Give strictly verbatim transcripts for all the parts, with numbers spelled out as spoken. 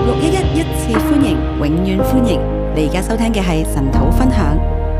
六一一一次歡迎，永遠歡迎！你而家收聽嘅係神土分享。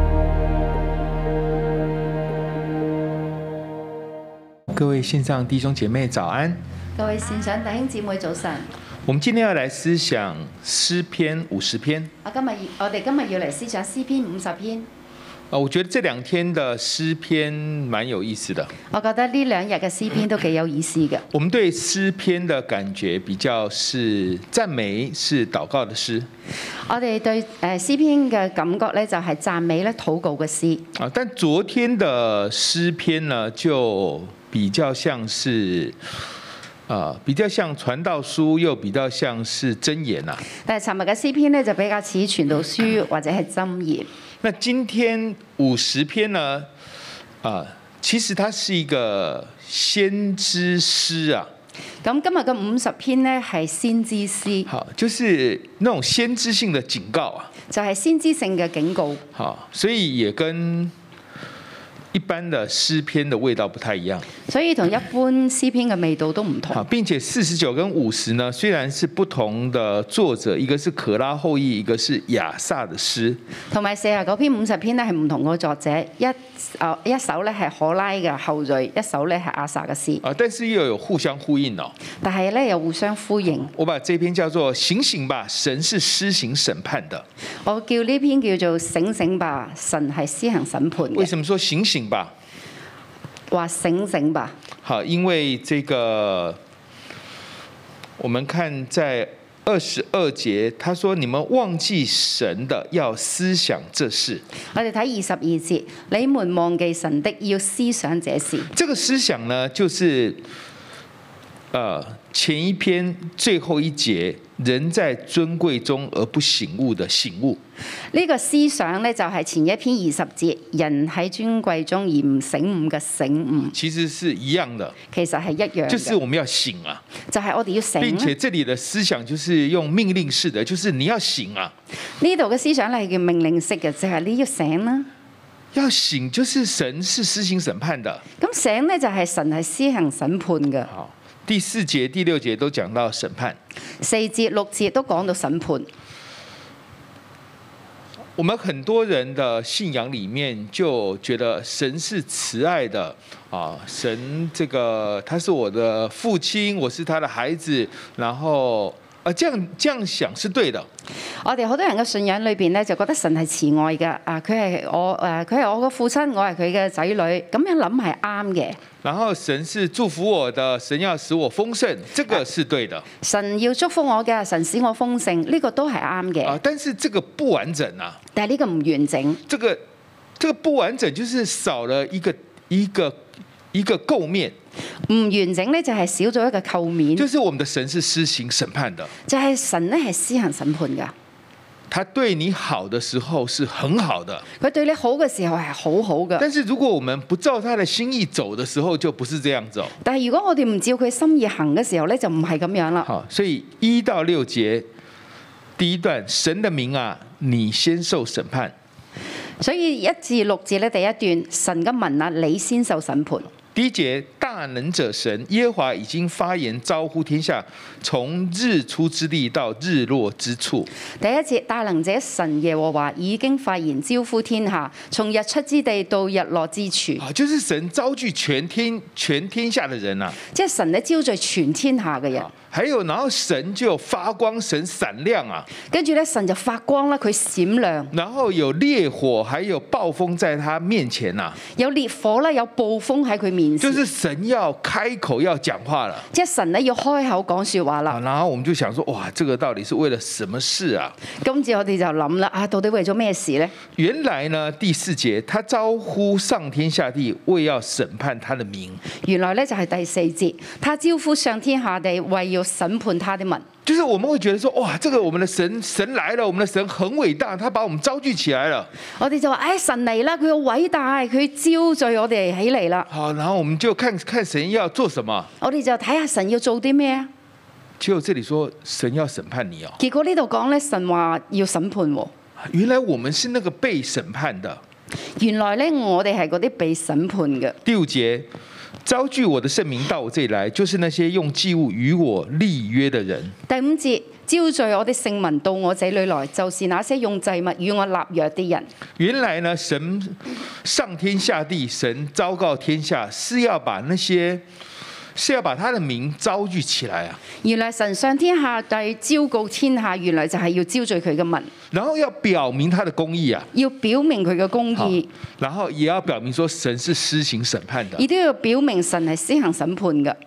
各位線上弟兄姐妹早安， 各位線上弟兄姊妹早晨。 我們今天要來思想詩篇五十篇。 我今日我哋今日要嚟思想詩篇五十篇。 我覺得這兩天的詩篇蠻有意思的。 我覺得呢兩日嘅詩篇都幾有意思嘅。 我們對詩篇的感覺比較是讚美，是禱告的詩。 我哋對誒詩篇嘅感覺咧，就係讚美咧、禱告嘅詩。 啊，但昨天的詩篇呢，就比較像是，啊，比較像傳道書，又比較像是箴言啊。 但係尋日嘅詩篇咧，就比較似傳道書或者係箴言。 那今天五十篇呢？啊，其實它是一個先知詩啊。 咁今日嘅五十篇呢，係先知詩。 好，就是那種先知性的警告啊。 就係先知性嘅警告。 好，所以也跟一般的詩篇的味道不太一樣， 所以同一般詩篇嘅味道都唔同。 好，並且四十九跟五十呢，雖然是不同的作者，一個是可拉後裔，一個是亞薩的詩。 同埋四十九篇五十篇呢係唔同個作者，一啊一首咧係可拉嘅後裔，一首咧係亞薩嘅詩。 啊，但是又有互相呼應哦。 但係咧又互相呼應。 我把這篇叫做醒醒吧，神是施行審判的。 我叫呢篇叫做醒醒吧，神係施行審判嘅。 為什麼說醒醒吧？ 話醒醒吧。 好，因為這個，我們看在二十二節，他說：你們忘記神的，要思想這事。 我哋睇二十二節，你們忘記神的，要思想這事。 這個思想呢，就是，呃，前一篇最後一節，人在尊貴中而不醒悟的醒悟。 呢個思想呢，就係前一篇二十節，人喺尊貴中而唔醒悟嘅醒悟。 其實是一樣的， 其實係一樣嘅。 就是我們要醒啊， 就係我哋要醒。 並且這裡的思想就是用命令式的，就是你要醒啊。 呢度嘅思想係叫命令式嘅，就係你要醒啦。 要醒就是神是施行審判的。 咁醒呢，就係神係施行審判嘅。 好，第四節、第六節都講到審判。 四節、六節都講到審判。 我們很多人的信仰裡面就覺得神是慈愛的啊，神這個他是我的父親，我是他的孩子，然後啊，這樣這樣想是對的。 我哋好多人嘅信仰裏邊咧，就覺得神係慈愛嘅啊，佢係我誒，佢係我嘅父親，我係佢嘅仔女，咁樣諗係啱嘅。 然後神是祝福我的，神要使我豐盛，這個是對的。 神要祝福我嘅，神使我豐盛，呢個都係啱嘅。 啊，但是這個不完整啊。 但係呢個唔完整。 這個這個不完整就是少了一個一個一個構面。 唔完整呢，就係少咗一個構面。 就是我們的神是施行審判的。 就係神呢係施行審判㗎。 他對你好的時候是很好的， 佢對你好嘅時候係好好嘅。 但是如果我們不照他的心意走的時候，就不是這樣走。 但係如果我哋唔照佢心意行嘅時候咧，就唔係咁樣啦。 好，所以一到六節第一段，神的名啊，你先受審判。 所以一至六節咧，第一段，神嘅民啊，你先受審判。 第一節，大能者神耶和華已經發言招呼天下，從日出之地到日落之處。 第一節，大能者神耶和華已經發言招呼天下，從日出之地到日落之處。 啊，就是神招聚全天全天下的人啊， 即係神咧招聚全天下嘅人。 還有，然後神就發光，神閃亮啊， 跟住咧神就發光啦，佢閃亮。 然後有烈火，還有暴風在他面前啊， 有烈火啦，有暴風喺佢面前。 就是神要開口要講話了， 即係神咧要開口講說話啦。 然後我們就想說，哇，這個到底是為了什麼事啊？ 今次我哋就諗啦，啊，到底為咗咩事呢？ 原來呢，第四節，他招呼上天下地，為要審判他的名。 原來咧就係第四節，他招呼上天下地，為要審判他的民。 就是我們會覺得說，哇，這個我們的神神來了，我們的神很偉大，他把我們招聚起來了。 我哋就話，哎，神嚟啦，佢好偉大，佢招聚我哋起嚟啦。 好，然後我們就看看神要做什麼。 我哋就睇下神要做啲咩啊？ 結果這裡說神要審判你哦。 結果呢度講咧，神話要審判喎。 原來我們是那個被審判的。 原來咧，我哋係嗰啲被審判嘅。 第五節。 招聚我的聖名到我這裡來，就是那些用祭物與我立約的人。 第五節，招聚我的聖民到我這裡來，就是那些用祭物與我立約的人。 原來呢，神上天下地，神昭告天下，是要把那些是要把他的名招聚起來啊。 原來神上天下地昭告天下，原來就係要招聚佢嘅民， 然後要表明他的公義啊， 要表明佢嘅公義， 然後也要表明說神是施行審判的， 亦都要表明神係施行審判嘅。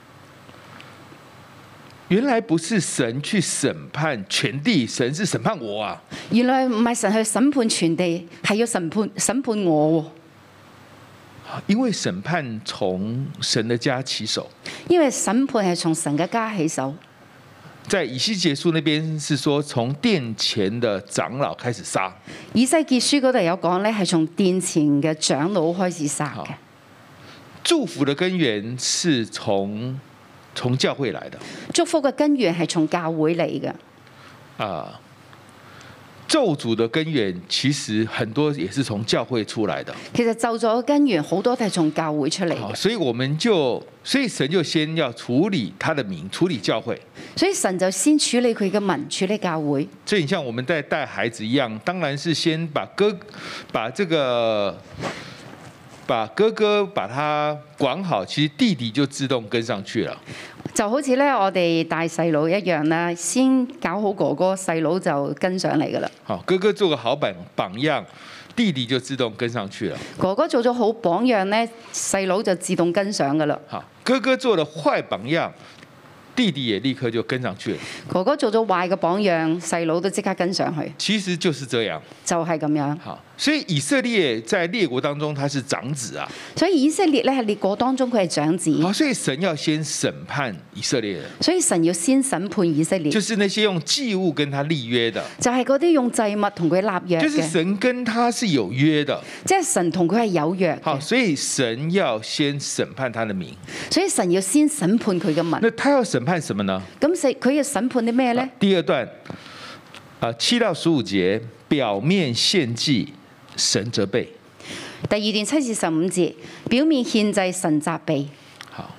原來不是神去審判全地，神是審判我啊！ 原來唔係神去審判全地，係要審判審判我喎。 因為審判從神的家起手， 因為審判係從神嘅家起手。 在以西結書那邊是說，從殿前的長老開始殺。 以西結書嗰度有講咧，係從殿前嘅長老開始殺嘅。 祝福的根源是從從教會來的， 祝福嘅根源係從教會嚟嘅。 啊，咒詛的根源其實很多也是從教會出來的。 其實咒詛嘅根源好多都係從教會出嚟嘅。 所以我們就，所以神就先要處理他的名，處理教會。 所以神就先處理佢嘅民，處理教會。 所以你像我們在帶孩子一樣，當然是先把哥，把這個。把哥哥把他管好，其實弟弟就自動跟上去了。 就好似咧，我哋帶細佬一樣啦，先搞好哥哥，細佬就跟上嚟噶啦。 好，哥哥做個好榜榜樣，弟弟就自動跟上去了。 哥哥做咗好榜樣咧，細佬就自動跟上噶啦。 好，哥哥做了壞榜樣，弟弟也立刻就跟上去了。 哥哥做咗壞嘅榜樣，細佬都即刻跟上去。 其實就是這樣， 就係咁樣。 好，所以以色列在列國當中，他是長子啊。 所以以色列咧喺列國當中，佢係長子。 好，所以神要先審判以色列人。 所以神要先審判以色列， 就是那些用祭物跟他立約的， 就係嗰啲用祭物同佢立約嘅。 就是神跟他是有約的， 即係神同佢係有約。 好，所以神要先審判他的名。 所以神要先審判佢嘅民。 那他要審判什麼呢？ 咁佢要審判啲咩呢？ 第二段啊，七到十五節，表面獻祭，神責備。 第二段七至十五節，表面獻祭，神責備。 好，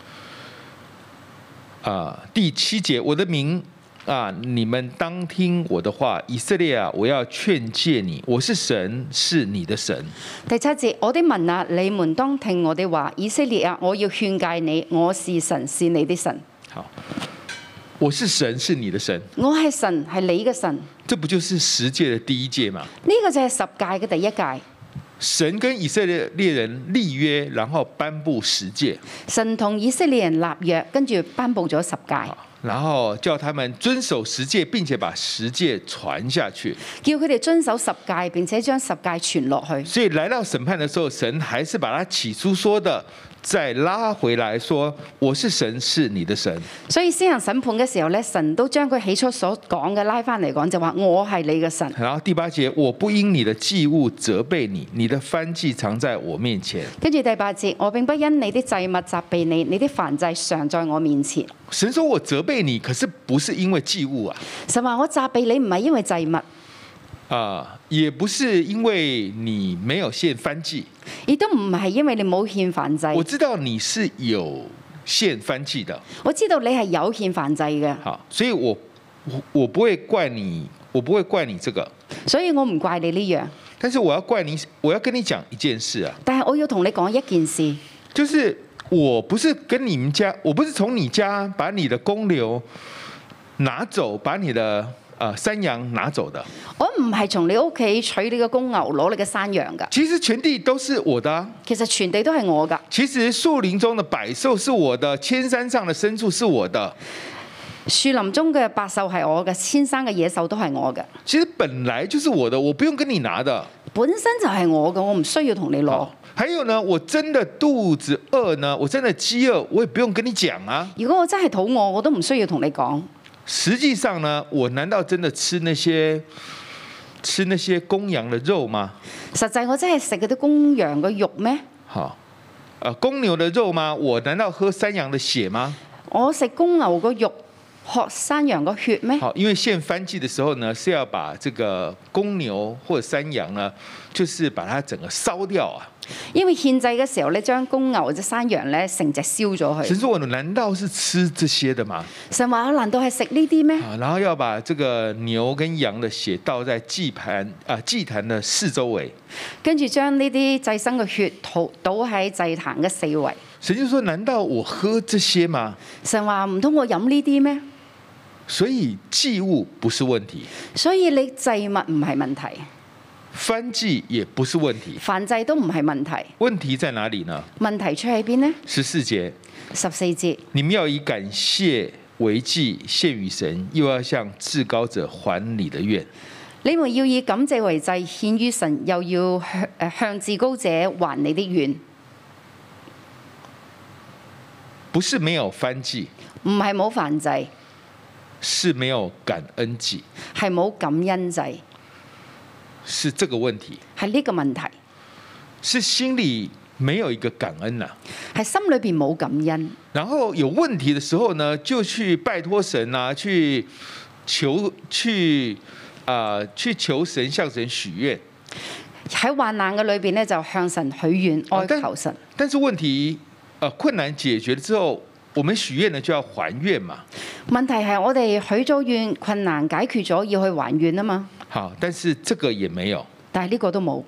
啊，第七節，我的民啊，你們當聽我的話，以色列啊，我要勸誡你，我是神，是你的神。 第七節，我的民啊，你們當聽我的話，以色列啊，我要勸誡你，我是神，是你的神。 好。我是神，是你的神。 我係神，係你嘅神。 這不就是十誡的第一誡嗎？ 呢個就係十誡嘅第一誡。 神跟以色列列人立約，然後頒布十誡。 神同以色列人立約，跟住頒布咗十誡， 然後叫他們遵守十誡，並且把十誡傳下去。 叫佢哋遵守十誡，並且將十誡傳落去。 所以來到審判的時候，神還是把他起初說的再拉回來說，我是神，是你的神。 所以施行審判嘅時候咧，神都將佢起初所講嘅拉翻嚟講，就話我係你嘅神。 然後第八節，我不因你的祭物責備你，你的燔祭常在我面前。 跟住第八節，我並不因你的祭物責備你，你的燔祭常在我面前。 神說我責備你，可是不是因為祭物啊。 神話我責備你唔係因為祭物。 啊，也不是因為你沒有獻燔祭， 亦都唔係因為你冇獻燔祭。 我知道你是有獻燔祭的， 我知道你係有獻燔祭嘅。 好，所以我我我不會怪你，我不會怪你這個， 所以我唔怪你呢樣。 但是我要怪你，我要跟你講一件事啊。 但係我要同你講一件事， 就是我不是跟你們家，我不是從你家把你的公牛拿走，把你的。啊，山羊拿走的， 我唔係從你屋企取你個公牛，攞你嘅山羊噶。 其實全地都是我的，啊， 其實全地都係我噶。 其實樹林中的百獸是我的，千山上的牲畜是我的。 樹林中嘅百獸係我嘅，千山嘅野獸都係我嘅。 其實本來就是我的，我不用跟你拿的。 本身就係我嘅，我唔需要同你攞。 還有呢，我真的肚子餓呢，我真的飢餓，我也不用跟你講啊。 如果我真係肚餓，我都唔需要同你講。 實際上呢，我難道真的吃那些吃那些公羊的肉嗎？ 實際我真係食嗰啲公羊嘅肉咩？ 好，呃，公牛的肉嗎？我難道喝山羊的血嗎？ 我食公牛個肉，喝山羊個血咩？ 好，因為獻燔祭的時候呢，是要把這個公牛或者山羊呢，就是把它整個燒掉啊。 因為獻祭嘅時候咧，將公牛或者山羊咧成隻燒咗佢。 神說：我難道是吃這些的嗎？ 神話：難道係食呢啲咩？ 啊，然後要把這個牛跟羊的血倒在祭盤啊祭壇的四周圍， 跟住將呢啲祭牲嘅血倒倒喺祭壇嘅四圍。 神就說：難道我喝這些嗎？ 神話：唔通我飲呢啲咩？ 所以祭物不是問題， 所以你祭物唔係問題， 燔祭也不是問題， 燔祭都唔係問題。 問題在哪裡呢？ 問題出喺邊呢？ 十四節， 十四節， 你們要以感謝為祭獻與神，又要向至高者還你的願。 你們要以感謝為祭獻於神，又要向誒向至高者還你的願。 不是沒有燔祭， 唔係冇燔祭， 是沒有感恩祭， 係冇感恩祭， 是這個問題， 係呢個問題， 是心裡沒有一個感恩啊， 係心裏邊冇感恩。 然後有問題的時候呢，就去拜託神啊，去求去啊、呃，去求神，向神許願。 喺患難嘅裏邊咧，就向神許願，哀求神。 但是問題，呃，困難解決了之後，我們許願呢就要還願嘛。 問題係我哋許咗願，困難解決咗，要去還願啊嘛。 好，但是這個也沒有。 但係呢個都冇。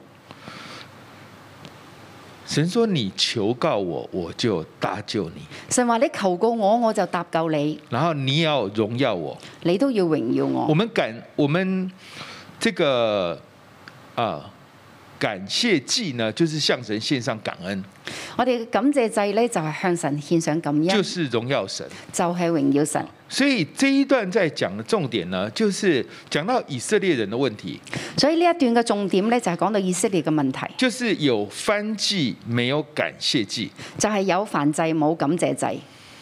神說：你求告我，我就搭救你。 神話：你求告我，我就搭救你。 然後你要榮耀我， 你都要榮耀我。 我們感，我們這個啊。呃感謝祭呢，就是向神獻上感恩。 我哋嘅感謝祭呢，就係向神獻上感恩， 就是榮耀神， 就係榮耀神。 所以這一段在講的重點呢，就是講到以色列人的問題。 所以呢一段嘅重點呢，就係講到以色列嘅問題， 就是有燔祭，沒有感謝祭， 就係有燔祭冇感謝祭。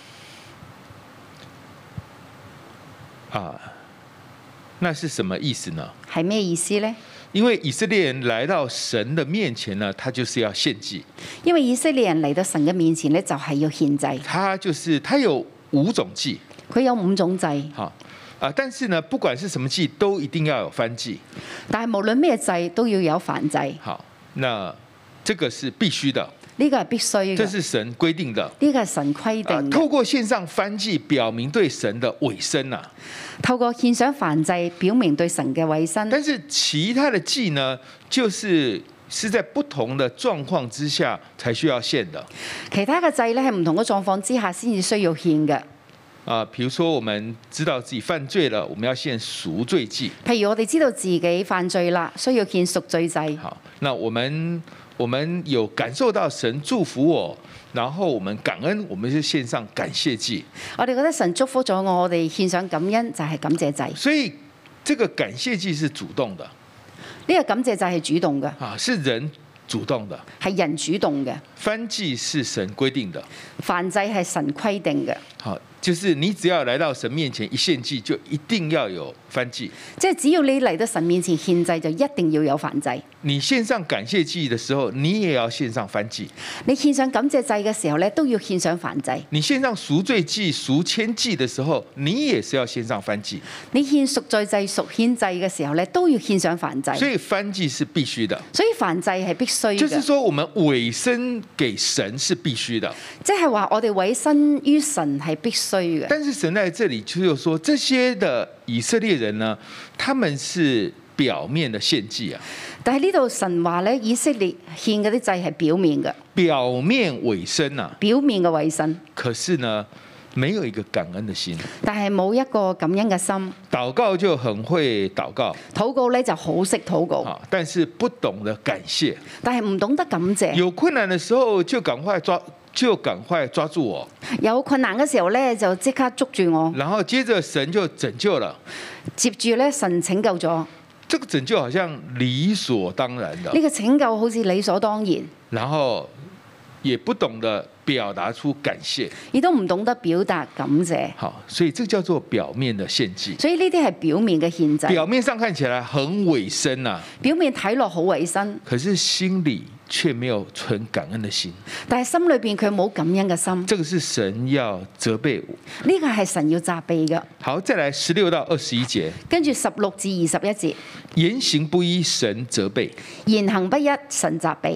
啊，那是什麼意思呢？ 係咩意思呢？ 因為以色列人來到神的面前呢，他就是要獻祭。 因為以色列人嚟到神嘅面前呢，就係要獻祭。 他就是他有五種祭， 佢有五種祭。 好啊，但是呢，不管是什麼祭，都一定要有燔祭。 但係無論咩祭，都要有燔祭。 好，那這個是必須的。 呢個係必須嘅， 這是神規定的。 呢個係神規定嘅。 透過獻上燔祭，表明對神的委身啊。 透過獻上燔祭，表明對神嘅委身。 但是其他的祭呢，就是是在不同的狀況之下才需要獻的。 其他嘅祭咧，喺唔同嘅狀況之下先至需要獻嘅。 啊，譬如說我們知道自己犯罪了，我們要獻贖罪祭。 譬如我哋知道自己犯罪啦，需要獻贖罪祭。 好，那我們我們有感受到神祝福我，然後我們感恩，我們就獻上感謝祭。 我哋覺得神祝福咗我，我哋獻上感恩就係感謝祭。 所以這個感謝祭是主動的。 呢個感謝祭係主動嘅。 啊，是人主動的。 係人主動嘅。 燔祭是神規定的。 燔祭係神規定嘅。 好。就是你只要來到神面前一獻祭，就一定要有燔祭。 即係只要你嚟到神面前獻祭，就一定要有燔祭。 你獻上感謝祭的時候，你也要獻上燔祭。 你獻上感謝祭嘅時候咧，都要獻上燔祭。 你獻上贖罪祭、贖愆祭的時候，你也是要獻上燔祭。 你獻贖罪祭、贖愆祭嘅時候咧，都要獻上燔祭。 所以燔祭是必須的。 所以燔祭係必須嘅。 就是說，我們委身給神是必須的。 即係話，我哋委身於神係必須嘅。 但是神在這裡就說，這些的以色列人呢，他們是表面的獻祭啊。 但係呢度神話咧，以色列獻嗰啲祭係表面嘅， 表面委身啊， 表面嘅委身。 可是呢，沒有一個感恩的心。 但係冇一個感恩嘅心。 禱告就很會禱告， 禱告咧就好識禱告， 但是不懂得感謝。 但係唔懂得感謝。 有困難的時候就趕快抓。就趕快抓住我， 有困難嘅時候咧，就即刻捉住我， 然後接着神就拯救了， 接住咧神拯救咗， 這個拯救好像理所當然的， 呢個拯救好似理所當然， 然後也不懂得表達出感謝， 亦都唔懂得表達感謝。 好，所以這叫做表面的獻祭。 所以呢啲係表面嘅獻祭， 表面上看起來很委身啊， 表面睇落好委身， 可是心裡卻沒有存感恩的心， 但係心裏邊佢冇感恩嘅心。 這個是神要責備我， 呢個係神要責備嘅。 好，再來十六到二十一節， 跟住十六至二十一節， 言行不一，神責備； 言行不一，神責備。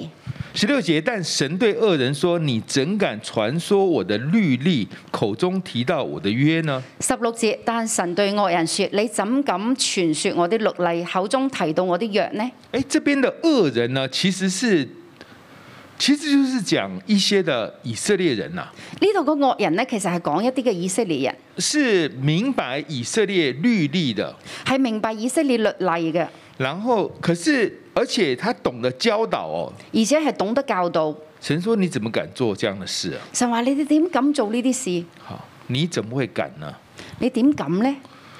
十六節，但神對惡人說：你怎敢傳說我的律例，口中提到我的約呢？ 十六節，但神對惡人說：你怎敢傳說我的律例，口中提到我的約呢？ 誒，這邊的惡人呢，其實是，其實就是講一些的以色列人呐、啊。 呢度個惡人呢，其實係講一啲嘅以色列人， 是明白以色列律例的， 係明白以色列律例嘅。 然後，可是而且他懂得教導哦， 而且係懂得教導。 神說：你怎麼敢做這樣的事啊？ 神話你哋點敢做呢啲事？ 好，你怎麼會敢呢？ 你點敢呢？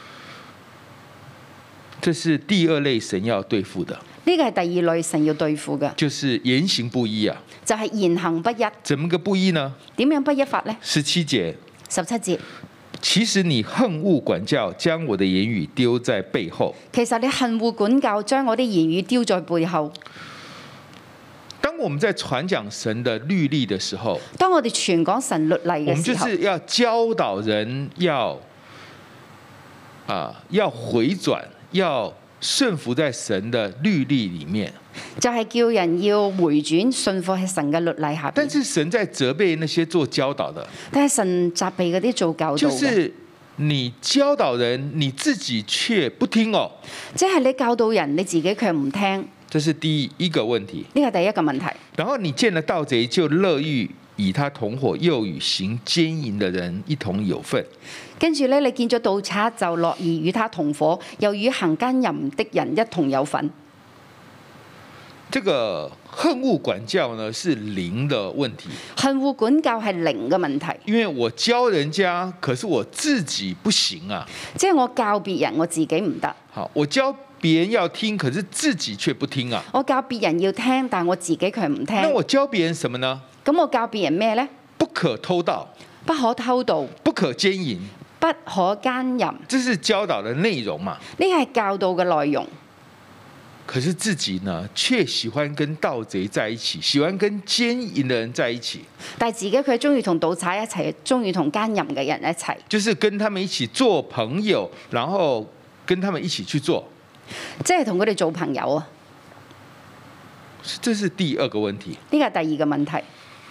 這是第二類神要對付的。 呢個係第二類神要對付嘅， 就是言行不一啊。 就係言行不一。 怎麼個不一呢？ 點樣不一法呢？ 十七節， 十七節。 其實你恨惡管教，將我的言語丟在背後。 其實你恨惡管教，將我啲言語丟在背後。 當我們在傳講神的律例的時候， 當我哋傳講神律例嘅時候， 我們就是要教導人要啊要回轉，要順服在神的律例裡面。 就係叫人要回轉順服喺神嘅律例下邊。 但是神在責備那些做教導的。 但係神責備嗰啲做教導嘅。 就是你教導人，你自己卻不聽哦。 即係你教導人，你自己卻唔聽。 這是第一個問題。 呢個第一個問題。 然後你見了盜賊，就樂意與他同夥，又與行奸淫的人一同有份。 跟住咧，你見咗盜賊就樂意與他同夥，又與行奸淫的人一同有份。 這個恨惡管教呢，是零的問題。 恨惡管教係零嘅問題。 因為我教人家，可是我自己不行啊。 即係我教別人，我自己唔得。 好，我教別人要聽，可是自己卻不聽啊。 我教別人要聽，但我自己卻唔聽。 那我教別人什麼呢？ 咁我教別人咩呢？ 不可偷盜， 不可偷盜， 不可奸淫， 不可奸淫。 這是教導的內容嘛？ 呢個係教導嘅內容。 可是自己呢，卻喜歡跟盜賊在一起，喜歡跟奸淫的人在一起。 但係自己佢中意同盜賊一齊，中意同奸淫嘅人一齊。 就是跟他們一起做朋友，然後跟他們一起去做。 即係同佢哋做朋友啊！ 這是第二個問題。 呢個係第二個問題。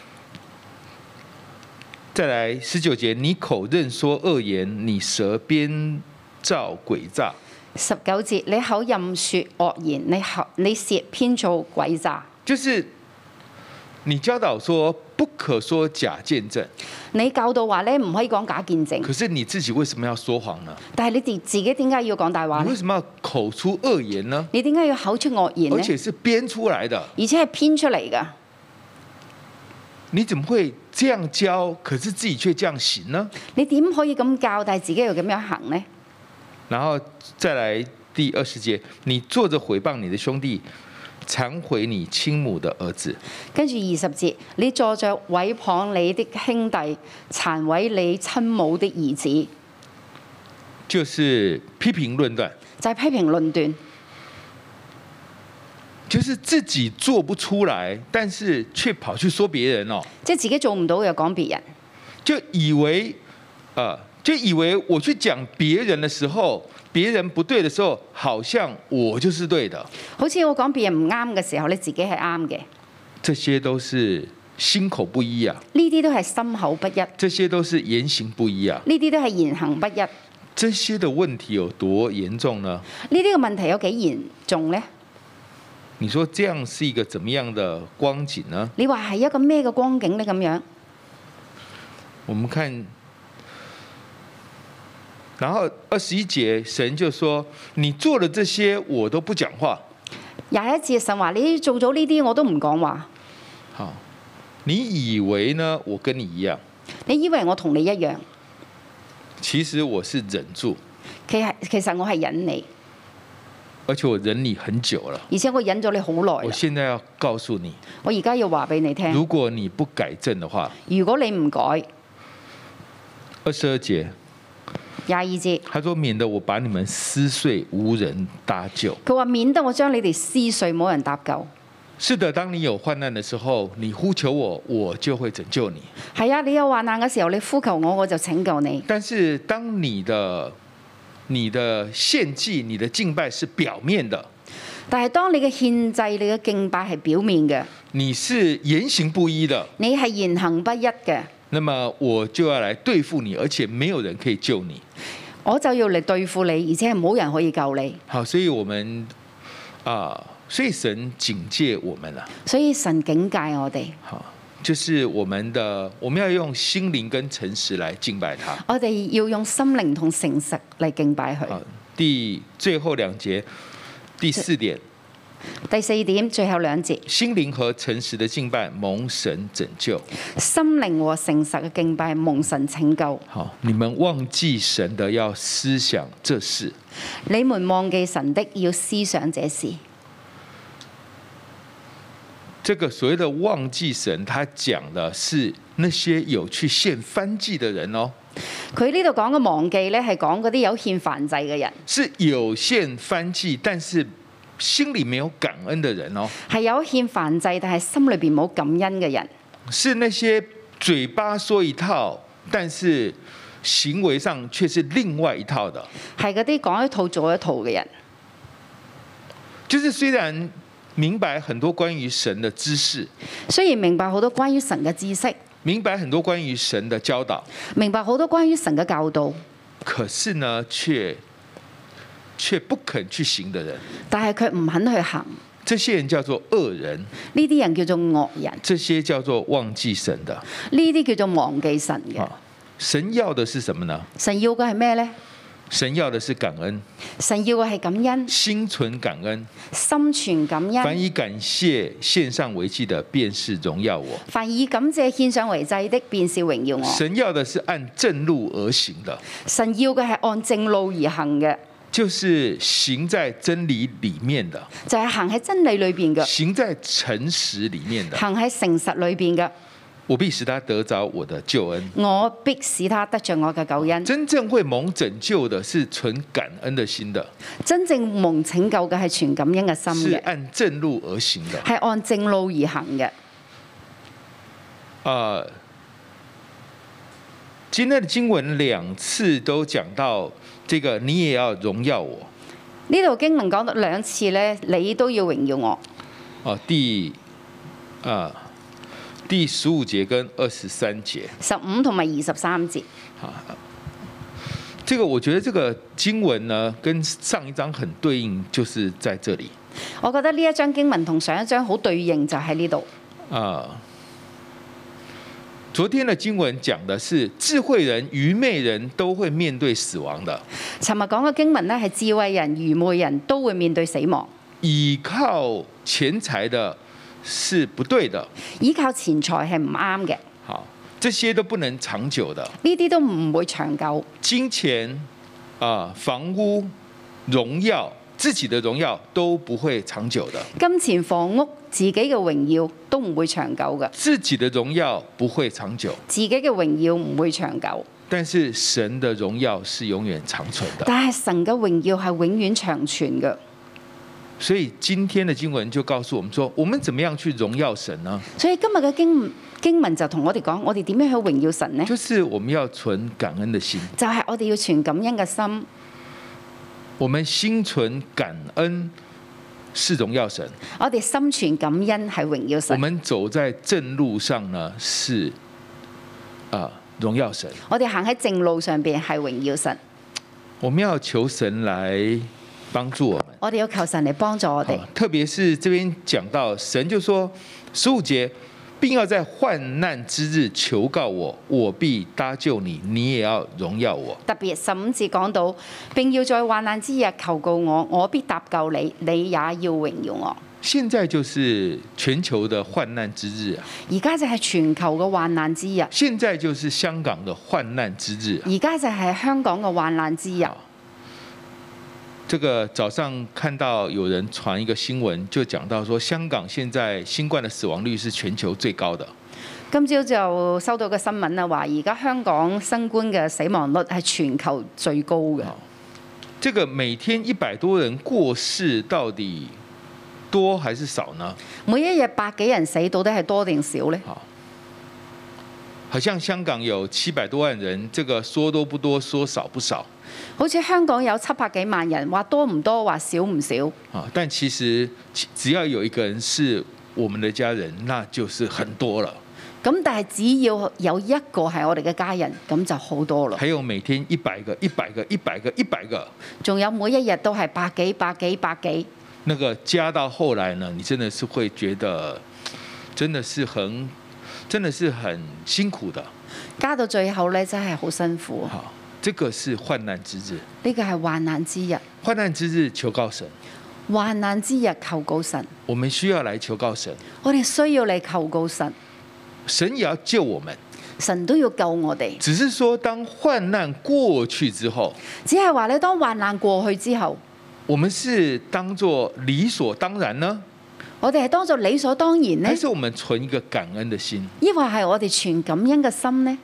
再來十九節，你口認說惡言，你舌編造詭詐。 十九節，你口任說惡言，你口你舌編造詭詐。 就是你教導說不可說假見證， 你教導話咧唔可以講假見證。 可是你自己為什麼要說謊呢？ 但係你哋自己點解要講大話呢？ 你為什麼要口出惡言呢？ 你點解要口出惡言呢？ 而且是編出來的， 而且係編出嚟㗎。 你怎麼會這樣教，可是自己卻這樣行呢？ 你點可以咁教，但係自己又咁樣行呢？ 然後再來第二十節，你坐着毀謗你的兄弟，讒毀你親母的兒子。 跟住二十節，你坐着毀謗你的兄弟，讒毀你親母的兒子， 就是批評論斷， 就係批評論斷， 就是自己做不出來，但是卻跑去說別人哦， 即係自己做唔到又講別人， 就以為，呃就以為我去講別人的時候，別人不對的時候，好像我就是對的。 好似我講別人唔啱嘅時候，你自己係啱嘅。 這些都是心口不一啊。 呢啲都係心口不一。 這些都是言行不一啊。 呢啲都係言行不一。 這些的問題有多嚴重呢？ 呢啲嘅問題有幾嚴重呢？ 你說這樣是一個怎麼樣的光景呢？ 你話係一個咩嘅光景呢？咁樣， 我們看。然後二十一節，神就說：你做了這些，我都不講話。 廿一節神話你做咗呢啲，我都唔講話。 好，你以為呢？我跟你一樣？ 你以為我同你一樣？ 其實我是忍住。 其實其實我係忍你， 而且我忍你很久了。 而且我忍咗你好耐。 我現在要告訴你， 我而家要話俾你聽， 如果你不改正的話， 如果你唔改， 二十二節。 廿二節， 他說：免得我把你們撕碎，無人搭救。 佢話免得我將你哋撕碎，冇人搭救。 是的，當你有患難的時候，你呼求我，我就會拯救你。 係啊，你有患難嘅時候，你呼求我，我就拯救你。 但是當你的你的獻祭、你的敬拜是表面的， 但係當你嘅獻祭、你嘅敬拜係表面嘅， 你是言行不一的， 你係言行不一嘅， 那麼我就要來對付你，而且沒有人可以救你。 我就要嚟對付你，而且係冇人可以救你。 好，所以我們啊，所以神警戒我們啦。 所以神警戒我哋。 好，就是我們的，我們要用心靈跟誠實來敬拜他。 我哋要用心靈同誠實嚟敬拜佢。 第最後兩節，第四點。 第四點，最後兩節， 心靈和誠實的敬拜蒙神拯救。 心靈和誠實嘅敬拜蒙神拯救。 好，你們忘記神的要思想這事。 你們忘記神的要思想這事。 這個所謂的忘記神，他講的是那些有去獻燔祭的人哦。 佢呢度講嘅忘記呢，係講嗰啲有獻燔祭嘅人， 是有獻燔祭，但是心裏沒有感恩的人哦， 係有獻燔祭，但係心裏邊冇感恩嘅人， 是那些嘴巴說一套，但是行為上卻是另外一套的， 係嗰啲講一套做一套嘅人。 就是雖然明白很多關於神的知識， 雖然明白好多關於神嘅知識， 明白很多關於神的教導， 明白好多關於神嘅教導， 可是呢，卻卻不肯去行的人， 但係佢唔肯去行。 這些人叫做惡人， 呢啲人叫做惡人， 這些叫做忘記神的。 呢啲叫做忘記神嘅。 神要的是什麼呢？ 神要嘅係咩呢？ 神要的是感恩， 神要嘅係感恩， 心存感恩， 心存感恩。 凡以感謝獻上為祭的，便是榮耀我。 凡以感謝獻上為祭的，便是榮耀我。 神要的是按正路而行的， 神要嘅係按正路而行嘅， 就是行在真理裡面的， 就係行喺真理裏邊嘅， 行在誠實裡面的。 行喺誠實裏邊嘅。 我必使他得着我的救恩， 我必使他得着我嘅救恩。 真正會蒙拯救的是存感恩的心的， 真正蒙拯救嘅係存感恩嘅心是嘅， 按正路而行的， 係按正路而行嘅。 啊、呃，今天的經文兩次都講到這個，你也要榮耀我。 呢度經文講到兩次咧，你都要榮耀我。 哦，第啊。呃第十五節跟二十三節， 十五同埋二十三節。 這個我覺得這個經文呢，跟上一章很對應，就是在這裡。 我覺得呢一章經文同上一章好對應，就喺呢度。 啊，昨天的經文講的是智慧人、愚昧人都會面對死亡的。 尋日講嘅經文呢，係智慧人、愚昧人都會面對死亡。 倚靠錢財的是不對的， 依靠錢財係唔啱嘅。 好，這些都不能長久的。 呢啲都唔會長久。 金錢啊、房屋、榮耀，自己的榮耀都不會長久的。 金錢、房屋、自己嘅榮耀都唔會長久嘅。 自己的榮耀不會長久， 自己嘅榮耀唔會長久。 但是神的榮耀是永遠長存的。 但係神嘅榮耀係永遠長存嘅。 所以今天的經文就告訴我們說，我們怎麼樣去榮耀神呢？ 所以今日嘅經經文就同我哋講，我哋點樣去榮耀神呢？ 就是我們要存感恩的心， 就係我哋要存感恩嘅心。 我們心存感恩是榮耀神， 我哋心存感恩係榮耀神。 我們走在正路上呢，是啊榮耀神。 我哋行喺正路上邊係榮耀神。 我們要求神來幫助我們。 我哋要求神嚟幫助我哋。 特別是這邊講到神就說十五節，並要在患難之日求告我，我必搭救你，你也要榮耀我。 特別十五節講到，並要在患難之日求告我，我必搭救你，你也要榮耀我。 現在就是全球的患難之日啊！ 而家就係全球嘅患難之日。 現在就是香港的患難之日啊！ 而家就係香港嘅患難之日。 這個早上看到有人傳一個新聞，就講到說香港現在新冠的死亡率是全球最高的。 今朝就收到個新聞啊，話而家香港新冠嘅死亡率係全球最高嘅。 這個每天一百多人過世，到底多還是少呢？ 每一日百幾人死，到底係多定少呢？ 好像香港有七百多萬人，這個說多不多，說少不少。 好似香港有七百幾萬人，話多唔多，話少唔少。 啊！但其實只要有一個人是我們的家人，那就是很多了。 咁但係只要有一個係我哋嘅家人，咁就好多咯。 還有每天一百個、一百個、一百個、一百個， 仲有每一日都係百幾、百幾、百幾。 那個加到後來呢，你真的是會覺得，真的是很，真的是很辛苦的。 加到最後呢，真係好辛苦。 好，這個是患難之日。 呢個係患難之日。 患難之日求告神。 患難之日求告神。 我們需要來求告神。 我哋需要嚟求告神。 神也要救我們。 神都要救我哋。 只是說，當患難過去之後， 只係話咧，當患難過去之後， 我們是當作理所當然呢？ 我哋係當作理所當然呢？ 還是我們存一個感恩的心？ 抑或係我哋存感恩嘅心呢？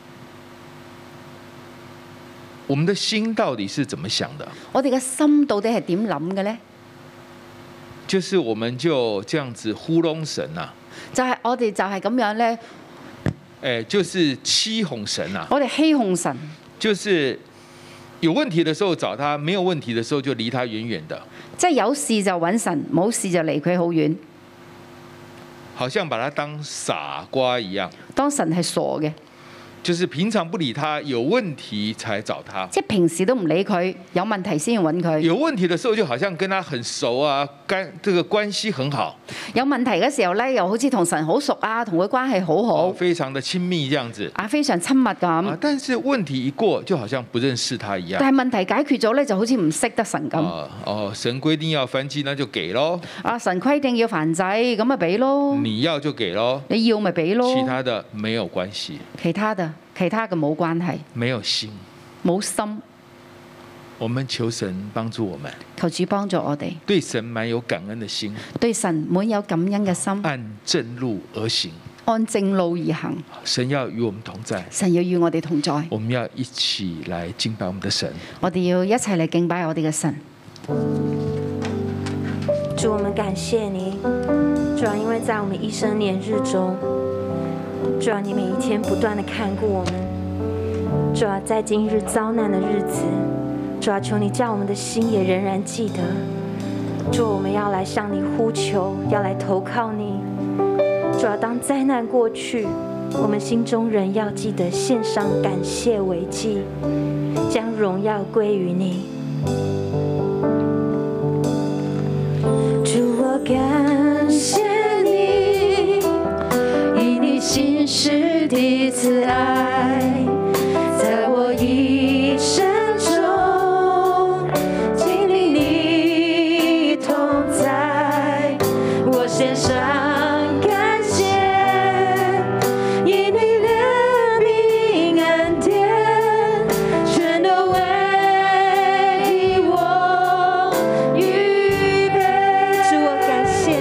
我們的心到底是怎麼想的？ 我哋嘅心到底係點諗嘅呢？ 就是我們就這樣子糊弄神啊！ 就係我哋就係咁樣呢， 誒，就是欺哄神啊！ 我哋欺哄神， 就是有問題的時候找他，沒有問題的時候就離他遠遠的。 即係有事就揾神，冇事就離佢好遠， 好像把他當傻瓜一樣。 當神係傻嘅。 就是平常不理他，有問題才找他。 即係平時都唔理佢，有問題先要揾佢。 有問題的時候，就好像跟他很熟啊，關這個關係很好。 有問題嘅時候咧，又好似同神好熟啊，同佢關係好好， 哦，非常的親密這樣子。 啊，非常親密咁。 啊，但是問題一過，就好像不認識他一樣。 但係問題解決咗咧，就好似唔識得神咁。 哦，哦，神規定要燔祭，那就給咯。 啊，神規定要燔祭，咁咪俾咯。 你要就給咯， 你要咪俾咯。 其他的沒有關係。 其他的。其他嘅冇關係， 沒有心， 冇心。 我們求神幫助我們， 求主幫助我哋， 對神滿有感恩的心， 對神滿有感恩嘅心， 按正路而行， 按正路而行。 神要與我們同在， 神要與我哋同在， 我們要一起來敬拜我們的神。 我哋要一齊嚟敬拜我哋嘅神。 主，我們感謝你，主要因為在我們一生年日中，主啊，你每一天不斷的看顧我們，主啊，在今日遭難的日子，主啊，求你叫我們的心也仍然記得，主，我們要來向你呼求，要來投靠你，主啊，當災難過去，我們心中仍要記得獻上感謝為祭，將榮耀歸於你。主，我感謝心事的慈愛，在我一生中經歷你同在，我獻上感謝，因你憐憫恩典，全都為我預備。主，我感謝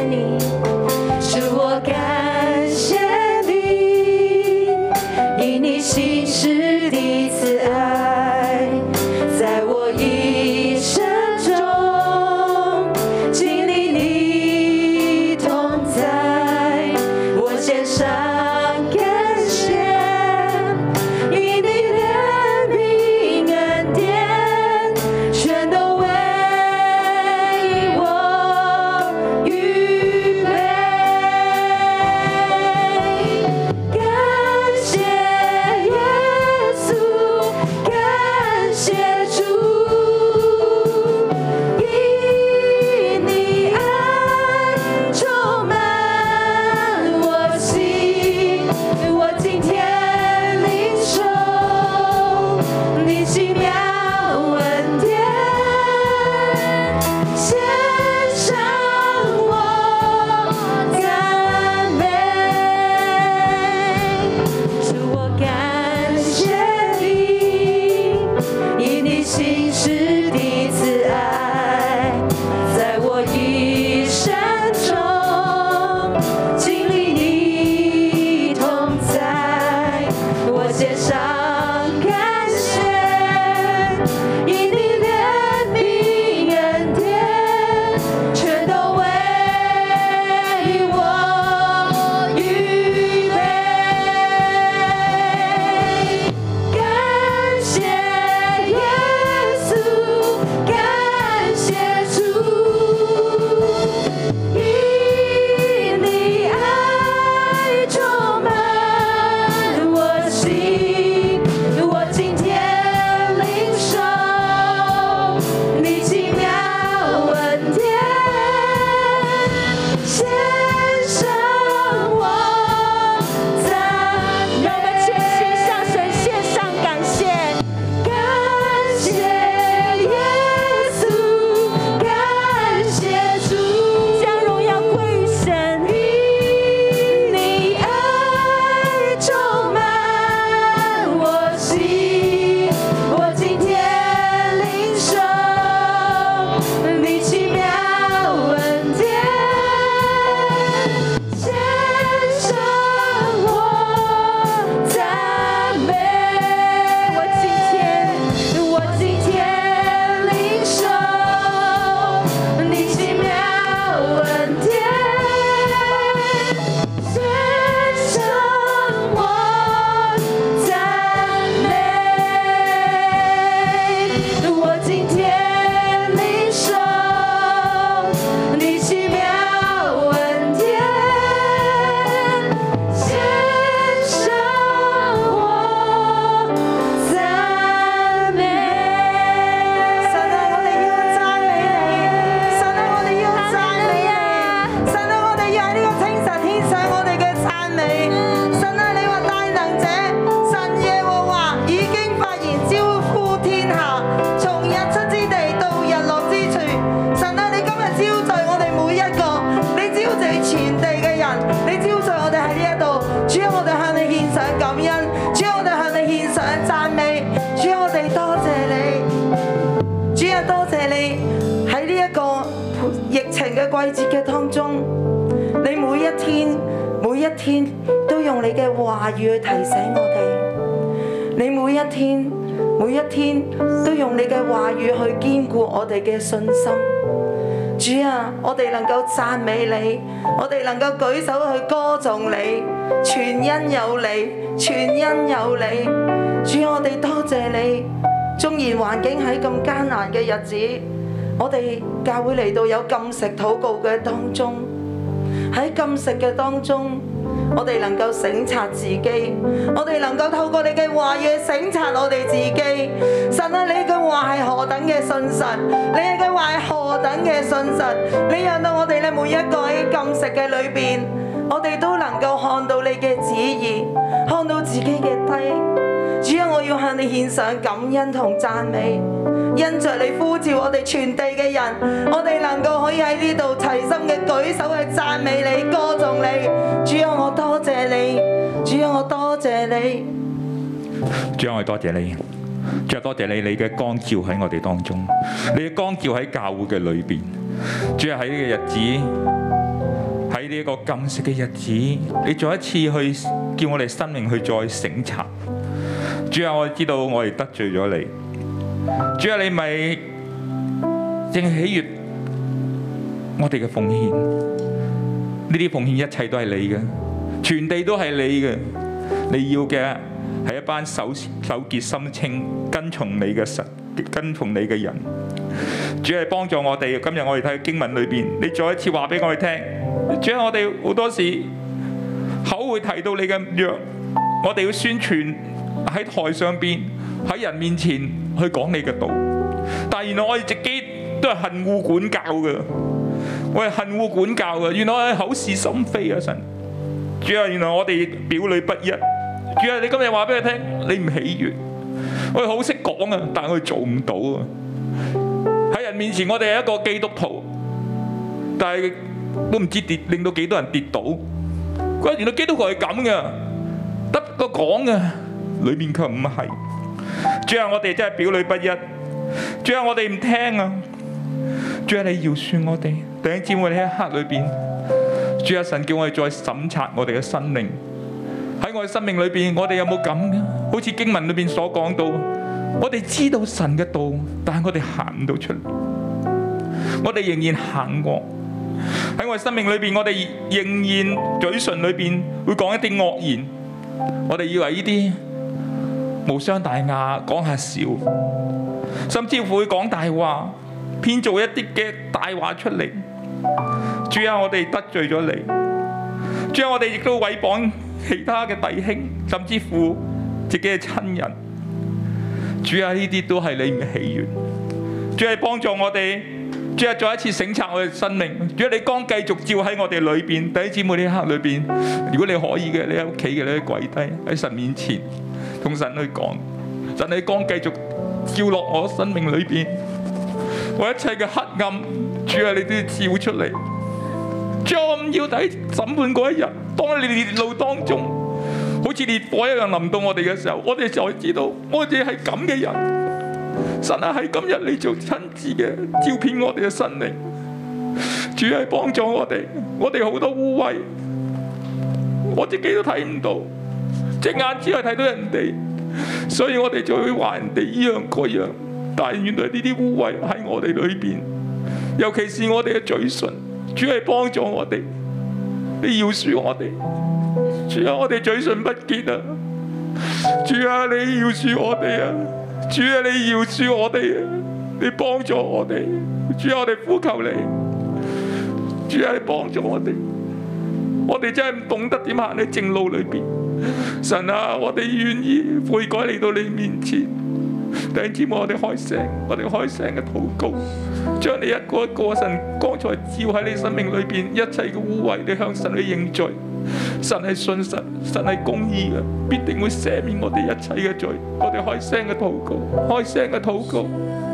你喺呢一個疫情嘅季節嘅當中，你每一天每一天都用你嘅話語去提醒我哋，你每一天每一天都用你嘅話語去堅固我哋嘅信心。主啊，我哋能夠讚美你，我哋能夠舉手去歌頌你，全因有你，全因有你。主，我哋多謝你。縱然環境喺咁艱難嘅日子，我哋教會嚟到有禁食禱告嘅當中，喺禁食嘅當中，我哋能夠省察自己，我哋能夠透過你嘅話語省察我哋自己。神啊，你嘅話係何等嘅信實，你嘅話係何等嘅信實，你讓到我哋咧每一個喺禁食嘅裏邊，我哋都能夠看到你嘅旨意，看到自己嘅低。主啊，我要向你獻上感恩同讚美，因着你呼召我哋全地嘅人，我哋能夠可以喺呢度齊心嘅舉手去讚美你、歌頌你。主啊，我多謝你，主啊，我多謝你。 主啊，我多謝你，主啊，多謝你，你嘅光照喺我哋當中，你嘅光照喺教會嘅裏邊。主啊，喺呢個日子，喺呢個禁食嘅日子，你再一次去叫我哋生命去再省察。主啊，我知道我哋得罪咗你。主啊，你咪正喜悅我哋嘅奉獻，呢啲奉獻一切都係你嘅，全地都係你嘅。你要嘅係一班手手潔心清、跟從你嘅神、跟從你嘅人。主係幫助我哋。今日我哋睇經文裏邊，你再一次話俾我哋聽。主啊，我哋好多時口會提到你嘅約，我哋要宣傳。喺台上邊喺人面前去講你嘅道，但係原來我哋自己都係恨惡管教嘅，我係恨惡管教嘅。原來我係口是心非啊！神，主啊，原來我哋表裏不一。主啊，你今日話俾佢聽，你唔喜悅。我哋好識講啊，但係我哋做唔到啊。喺人面前我哋係一個基督徒，但係都唔知跌令到幾多人跌倒。佢話原來基督徒係咁嘅，得個講嘅。裏面卻唔係。主啊，我哋真係表裏不一。主啊，我哋唔聽啊。主啊，你饒恕我哋。弟兄姊妹，喺一刻裏邊，主啊，神叫我哋再審察我哋嘅生命。喺我哋生命裏邊，我哋有冇咁嘅？好似經文裏邊所講到，我哋知道神嘅道，但係我哋行唔到出嚟。我哋仍然行惡。喺我哋生命裏邊，我哋仍然嘴唇裏邊會講一啲惡言。我哋以為呢啲無傷大雅，講下笑，甚至乎會講大話，編造一啲嘅大話出嚟。主啊，我哋得罪咗你。主啊，我哋亦都毀謗其他嘅弟兄，甚至乎自己嘅親人。主啊，呢啲都係你唔喜悅。主啊，幫助我哋。主啊，再一次省察我哋生命。主啊，你光繼續照喺我哋裏邊。弟兄姊妹，呢一刻裏邊，如果你可以嘅，你喺屋企嘅，你跪低喺神面前，同神去講。神，你光繼續照落我生命裏邊，我一切嘅黑暗，主啊，你都要照出嚟。主啊，我唔要睇審判嗰一日，當你烈怒當中，好似烈火一樣臨到我哋嘅時候，我哋就知道我哋係咁嘅人。神啊，喺今日你做親自嘅照片我哋嘅生命，主係幫助我哋。我哋好多污穢，我自己都睇唔到，隻眼只係睇到人哋，所以我哋就會話人哋依樣嗰樣。但係原來呢啲污穢喺我哋裏邊，尤其是我哋嘅嘴唇。主係幫助我哋，你饒恕我哋。主啊，我哋嘴唇不潔啊！主啊，你饒恕我哋啊！主啊，你饒恕我哋啊！你幫助我哋，主啊，我哋呼求你，主啊，你幫助我哋。我哋真係唔懂得點行喺正路裏邊。神啊，我哋願意悔改嚟到你面前。弟兄姊妹，我哋開聲，我哋開聲嘅禱告，將你一個一個神剛才照喺你生命裏邊一切嘅污穢，你向神去認罪。神係信實，神係公義嘅，必定會赦免我哋一切嘅罪。我哋開聲嘅禱告，開聲嘅禱告。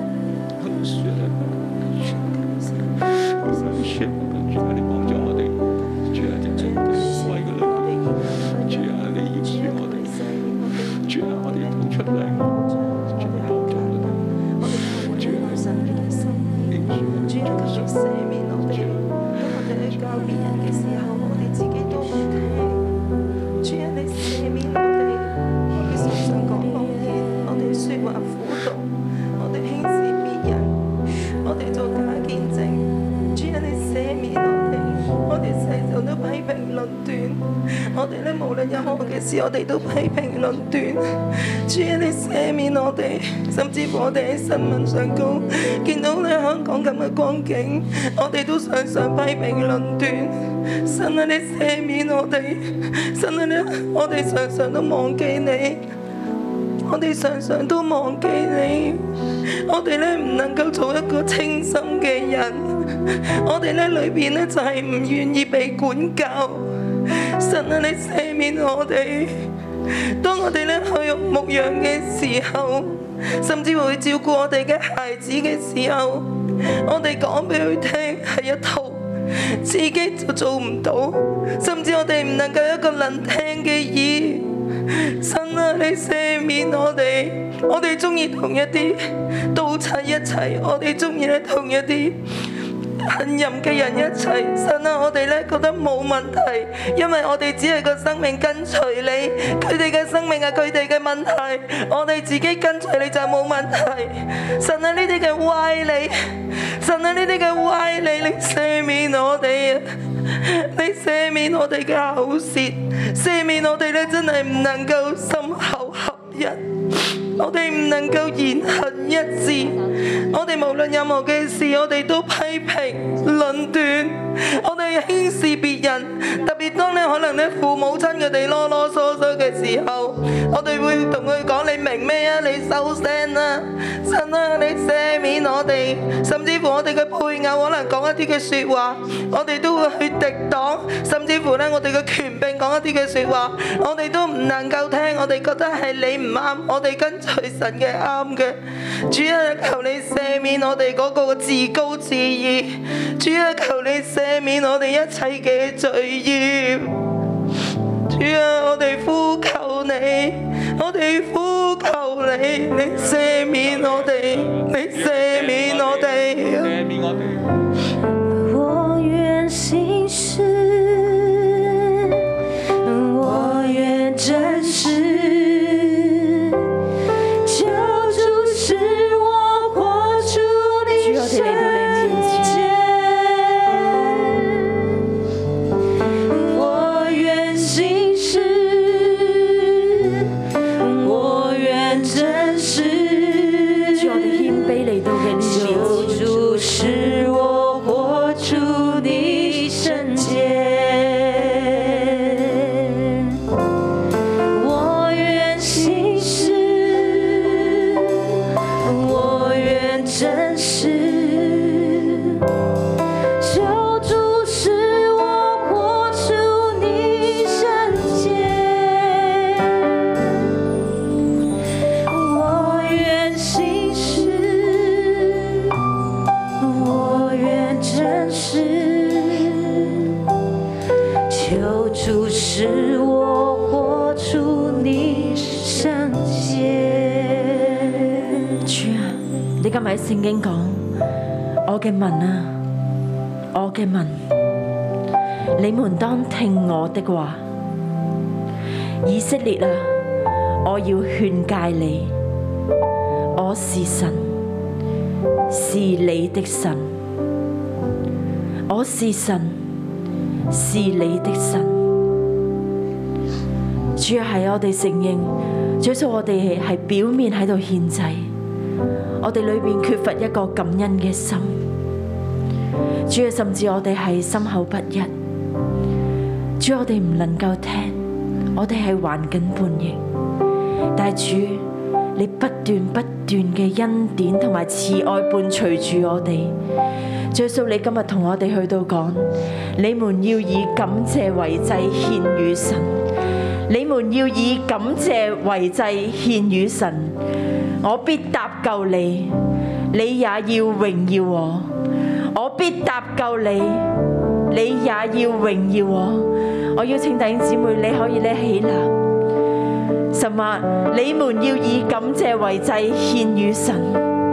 主啊，你幫助我哋，主啊，正正嘅污穢嘅裏邊，主啊，你饒恕我哋，主啊，我哋要出嚟，主啊，幫助我哋，主啊。 求你赦免我哋。當我哋去教別人嘅時候，我哋自己都唔聽。主啊，你赦免我哋，我哋常常講謊言，我哋説話苦毒，我哋輕視別人，我哋做假見證。主啊，你赦免我哋，我哋世上都批評論斷，我哋咧無論任何嘅事，我哋都批評論斷。主啊，你赦免我哋，甚至乎我哋喺新聞上高見到咧香港咁嘅光景，我哋都常常批評論斷。神啊，你赦免我哋，神啊，你我哋常常都忘記你，我哋常常都忘記你，我哋咧唔能夠做一個清心嘅人，我哋咧裏邊咧就係唔願意被管教。神啊，你赦免我哋。當我哋咧去牧養嘅時候，甚至會照顧我哋嘅孩子嘅時候，我哋講俾佢聽係一套，自己就做唔到，甚至我哋唔能夠一個能聽嘅耳。神啊，你赦免我哋，我哋中意同一啲刀叉一齊，我哋中意咧同一啲恨淫嘅人一齊。神啊，我哋咧覺得冇問題，因為我哋只係個生命跟隨你，佢哋嘅生命係佢哋嘅問題，我哋自己跟隨你就冇問題。神啊，呢啲嘅歪理，神啊，呢啲嘅歪理，你赦免我哋啊！你赦免我哋嘅口舌，赦免我哋咧真係唔能夠心口合一，我哋唔能夠言行一致，我哋無論任何嘅事，我哋都批評論斷，我哋輕視別人，特別當你可能咧父母親佢哋囉囉嗦嗦嘅時候，我哋會同佢講：你明咩啊？你收聲啦！神啊，你赦免我哋，甚至乎我哋嘅配偶可能講一啲嘅説話，我哋都會去敵擋，甚至乎咧我哋嘅權柄講一啲嘅説話，我哋都唔能夠聽，我哋覺得係你唔啱，我哋跟隨神嘅啱嘅。主啊，求你赦免我哋嗰個自高自義，主啊，求你赦免我哋一切嘅罪孽。主啊，我哋呼求你，我哋呼求你，你赦免我哋，你赦免我哋， 赦免我哋。 我願信實，我願真實。 喺聖經講，我嘅民啊，我嘅民，你們當聽我的話。以色列啊，我要勸誡你，我是神，是你的神，我是神，是你的神。主要係我哋承認，主要我哋係表面喺度獻祭。我哋裏邊缺乏一個感恩嘅心，主啊，甚至我哋係心口不一，主，我哋唔能夠聽，我哋係頑梗叛逆，但係主，你不斷不斷嘅恩典同埋慈愛伴隨住我哋，主啊，你今日同我哋去到講，你們要以感謝為祭獻與神，你們要以感謝為祭獻與神。我必搭救你，你也要榮耀我。我必搭救你，你也要榮耀我。我邀請弟兄姊妹，你可以咧起立。神話，你們要以感謝為祭獻與神，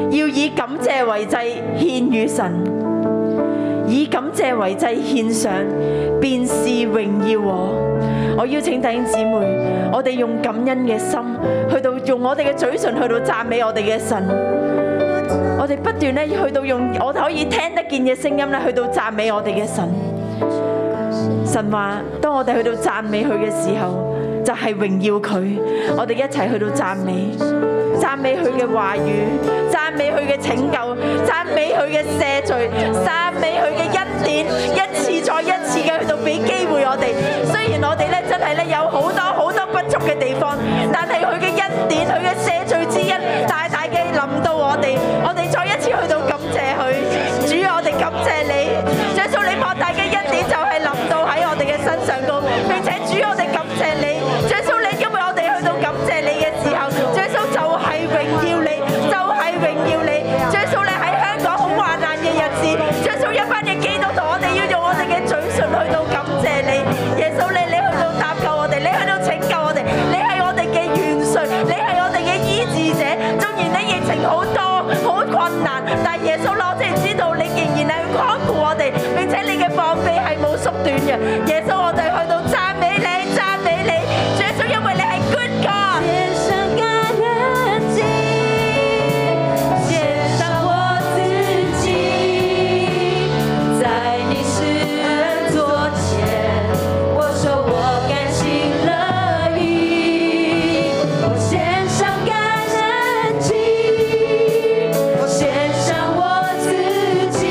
要以感謝為祭獻與神，以感謝為祭獻上，便是榮耀我。我邀請弟兄姊妹，我哋用感恩嘅心，去到用我哋嘅嘴唇去到讚美我哋嘅神。我哋不斷咧去到用我哋可以聽得見嘅聲音咧，去到讚美我哋嘅神。神話，當我哋去到讚美佢嘅時候，就係榮耀佢。我哋一齊去到讚美，讚美佢嘅話語，讚美佢嘅拯救，讚美佢嘅赦罪，讚美佢嘅恩典，一次再一次嘅去到俾機會我哋。雖然我哋咧真係咧有好多好多不足嘅地方，但係佢嘅恩典，佢嘅赦罪之恩，大大嘅臨到我哋，我哋再一次去到感謝佢。主，我哋感謝你，耶穌，你莫大嘅恩典就係臨到喺我哋嘅身上高，並且主，我哋感謝你，耶穌，你因為我哋去到感謝你嘅時候，耶穌就係榮耀你，就係榮耀你，耶穌，你喺香港好患難嘅日子，耶穌，一班嘅基督徒，我哋要用我哋嘅嘴唇去到感謝你，耶穌，你你去到搭救我哋，你去到拯救我哋，你係我哋嘅元帥，你係我哋嘅醫治者。縱然你疫情好多好困難，但係耶穌，我哋知道你仍然係看顧我哋，並且你嘅膀臂係冇縮短嘅。耶穌，我哋去到讚美你，讚美你，耶穌，因為你係 good God。獻上感恩祭，獻上我自己，在你施恩座前，我說我甘心樂意，我獻上感恩祭，我獻上我自己，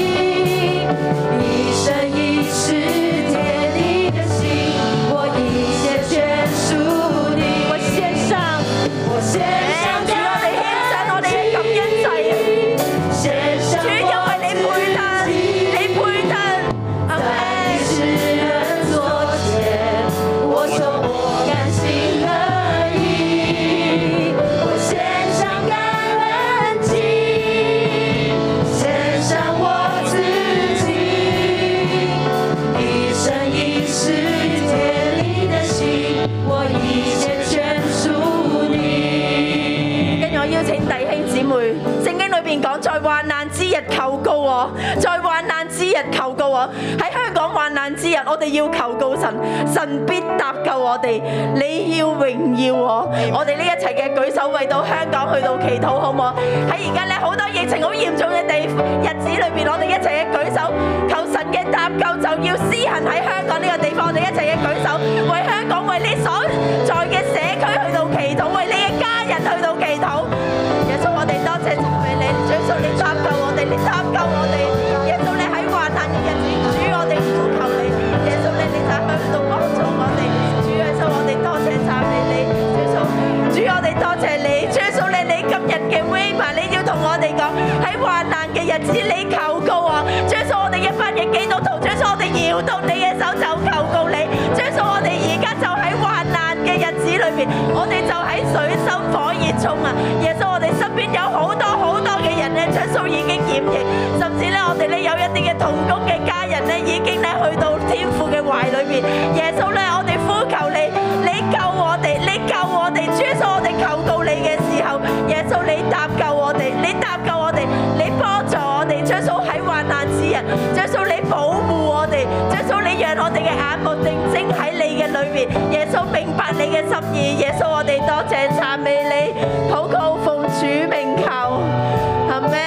一生一世貼你的心，我一切全屬你。我獻上，我獻上主，我哋獻上我哋嘅感恩祭，獻上主，因為你配得，你配得，阿們。在世人座前，我說我甘心樂意，我獻上感恩祭，獻上我自己，一生一世貼你的心，我一切全屬你。跟住我邀請弟兄姊妹，聖經裏邊講，在患難之日求告我，在患難之日求告我。喺香港患難之日，我哋要求告神，神必搭救我哋。你要榮耀我，我哋呢一齊嘅舉手為到香港去到祈禱，好唔好？喺而家咧好多疫情好嚴重嘅地日子裏邊，我哋一齊嘅舉手，求神嘅搭救就要施行喺香港呢個地方，我哋一齊嘅舉手，為香港，為你所在嘅社區去到祈禱，為你嘅家人去到祈禱。耶穌，我哋多謝讚美你，耶穌你搭救我哋，你搭救我哋。耶穌你喺患難嘅日子，主我哋呼求你，耶穌你你就去到幫助我哋。主耶穌，我哋多謝讚美你，耶穌，主我哋多謝你，耶穌你你今日嘅 Rhema，你要同我哋講喺患難嘅日子你求告我，耶穌我哋一班嘅基督徒，耶穌我哋搖動你嘅手就求告你，耶穌我哋而家就喺患難嘅日子裏邊，我哋就喺水深火熱中啊！耶穌，我哋身邊有好多好多嘅人咧，耶穌已經染疫，甚至咧我哋咧有一啲嘅同工嘅家人咧，已經咧去到天父嘅懷裏邊。耶穌咧，我哋呼求你，你救我哋，你救我哋，耶穌我哋求告你嘅時候，耶穌你搭救我哋，你搭救我哋，你幫助我哋，耶穌喺患難之日，耶穌你保護我哋，耶穌你讓我哋嘅眼目定睛喺你嘅裏邊，耶穌明白你嘅心意，耶穌我哋多謝讚美你，禱告奉主名求，阿們。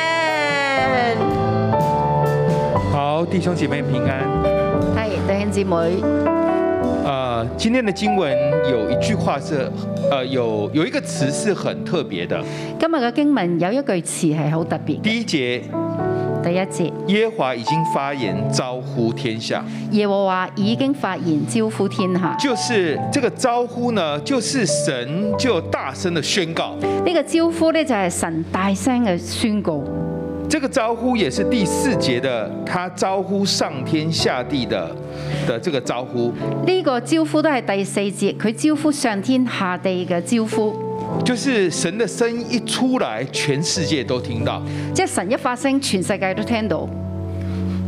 好，弟兄姐妹平安。 係弟兄姊妹， 呃，今天的經文有一句話是，呃，有有一個詞是很特別的。 今日嘅經文有一句詞係好特別。 第一節， 第一節， 耶和華已經發言招呼天下。 耶和華已經發言招呼天下。 就是這個招呼呢，就是神就大聲的宣告。 呢個招呼呢，就係神大聲嘅宣告。 這個招呼也是第四節的，他招呼上天下地的的這個招呼。 呢個招呼都係第四節，佢招呼上天下地嘅招呼。 就是神的聲音一出來，全世界都聽到。 即係神一發聲，全世界都聽到。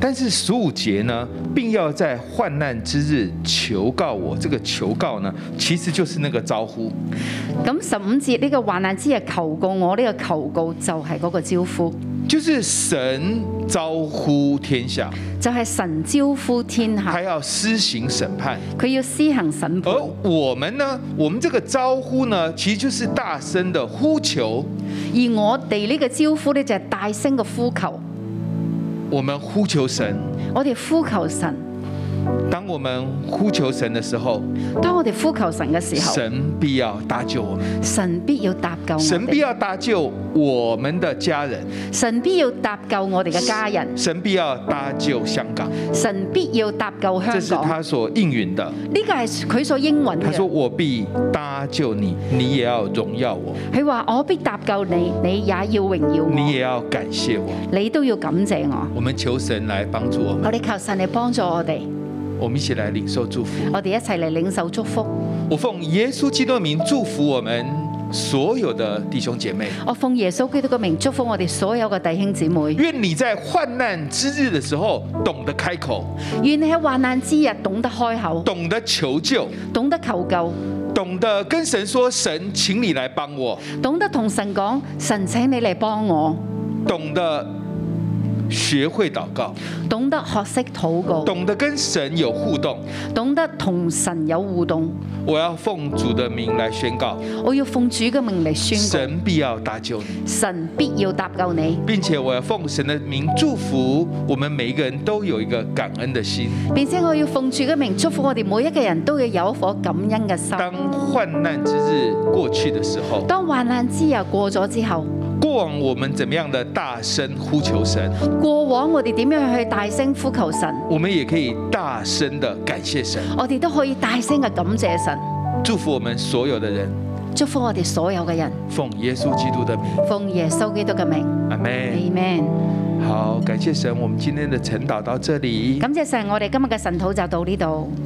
但是十五節呢，並要在患難之日求告我。這個求告呢，其實就是那個招呼。 咁十五節呢個患難之日求告我，呢、這個求告就係嗰個招呼， 就是神招呼天下， 就係神招呼天下， 他要施行審判， 佢要施行審判。 而我們呢，我們這個招呼呢，其實就是大聲的呼求。 而我哋呢個招呼呢，就係大聲嘅呼求， 我們呼求神， 我哋呼求神。 當我們呼求神的時候， 當我哋呼求神嘅時候， 神必要搭救我們， 神必要搭救我哋， 神必要搭救我們的家人， 神必要搭救我哋嘅家人， 神必要搭救香港， 神必要搭救香港。 這是他所應允的。 呢個係佢所應允嘅。 他說：我必搭救你，你也要榮耀我。 佢話：我必搭救你，你也要榮耀我， 你也要感謝我， 你都要感謝我。 我們求神來幫助我們。 我哋求神嚟幫助我哋。 我們一起來領受祝福。 我哋一齊嚟領受祝福。 我奉耶穌基督的名祝福我們所有的弟兄姐妹。 我奉耶穌基督嘅名祝福我哋所有嘅弟兄姊妹。 願你在患難之日的時候懂得開口， 願你喺患難之日懂得開口， 懂得求救， 懂得求救， 懂得跟神說：神，請你來幫我。 懂得同神講：神，請你嚟幫我。 懂得學會禱告， 懂得學識禱告， 懂得跟神有互動， 懂得同神有互動。 我要奉主的名來宣告， 我要奉主嘅名嚟宣告， 神必要搭救你， 神必要搭救你， 並且我要奉神的名祝福我們每一個人都有一個感恩的心， 並且我要奉主嘅名祝福我哋每一個人都要有一顆感恩嘅心。 當患難之日過去的時候， 當患難之日過咗之後， 過往我們怎麼樣的大聲呼求神？ 過往我哋點樣去大聲呼求神？ 我們也可以大聲的感謝神。 我哋都可以大聲嘅感謝神， 祝福我們所有的人， 祝福我哋所有嘅人， 奉耶穌基督的名， 奉耶穌基督嘅名， 阿們。 Amen。 好，感謝神，我們今天的晨禱到這裡。 感謝神，我哋今日嘅晨禱就到呢度。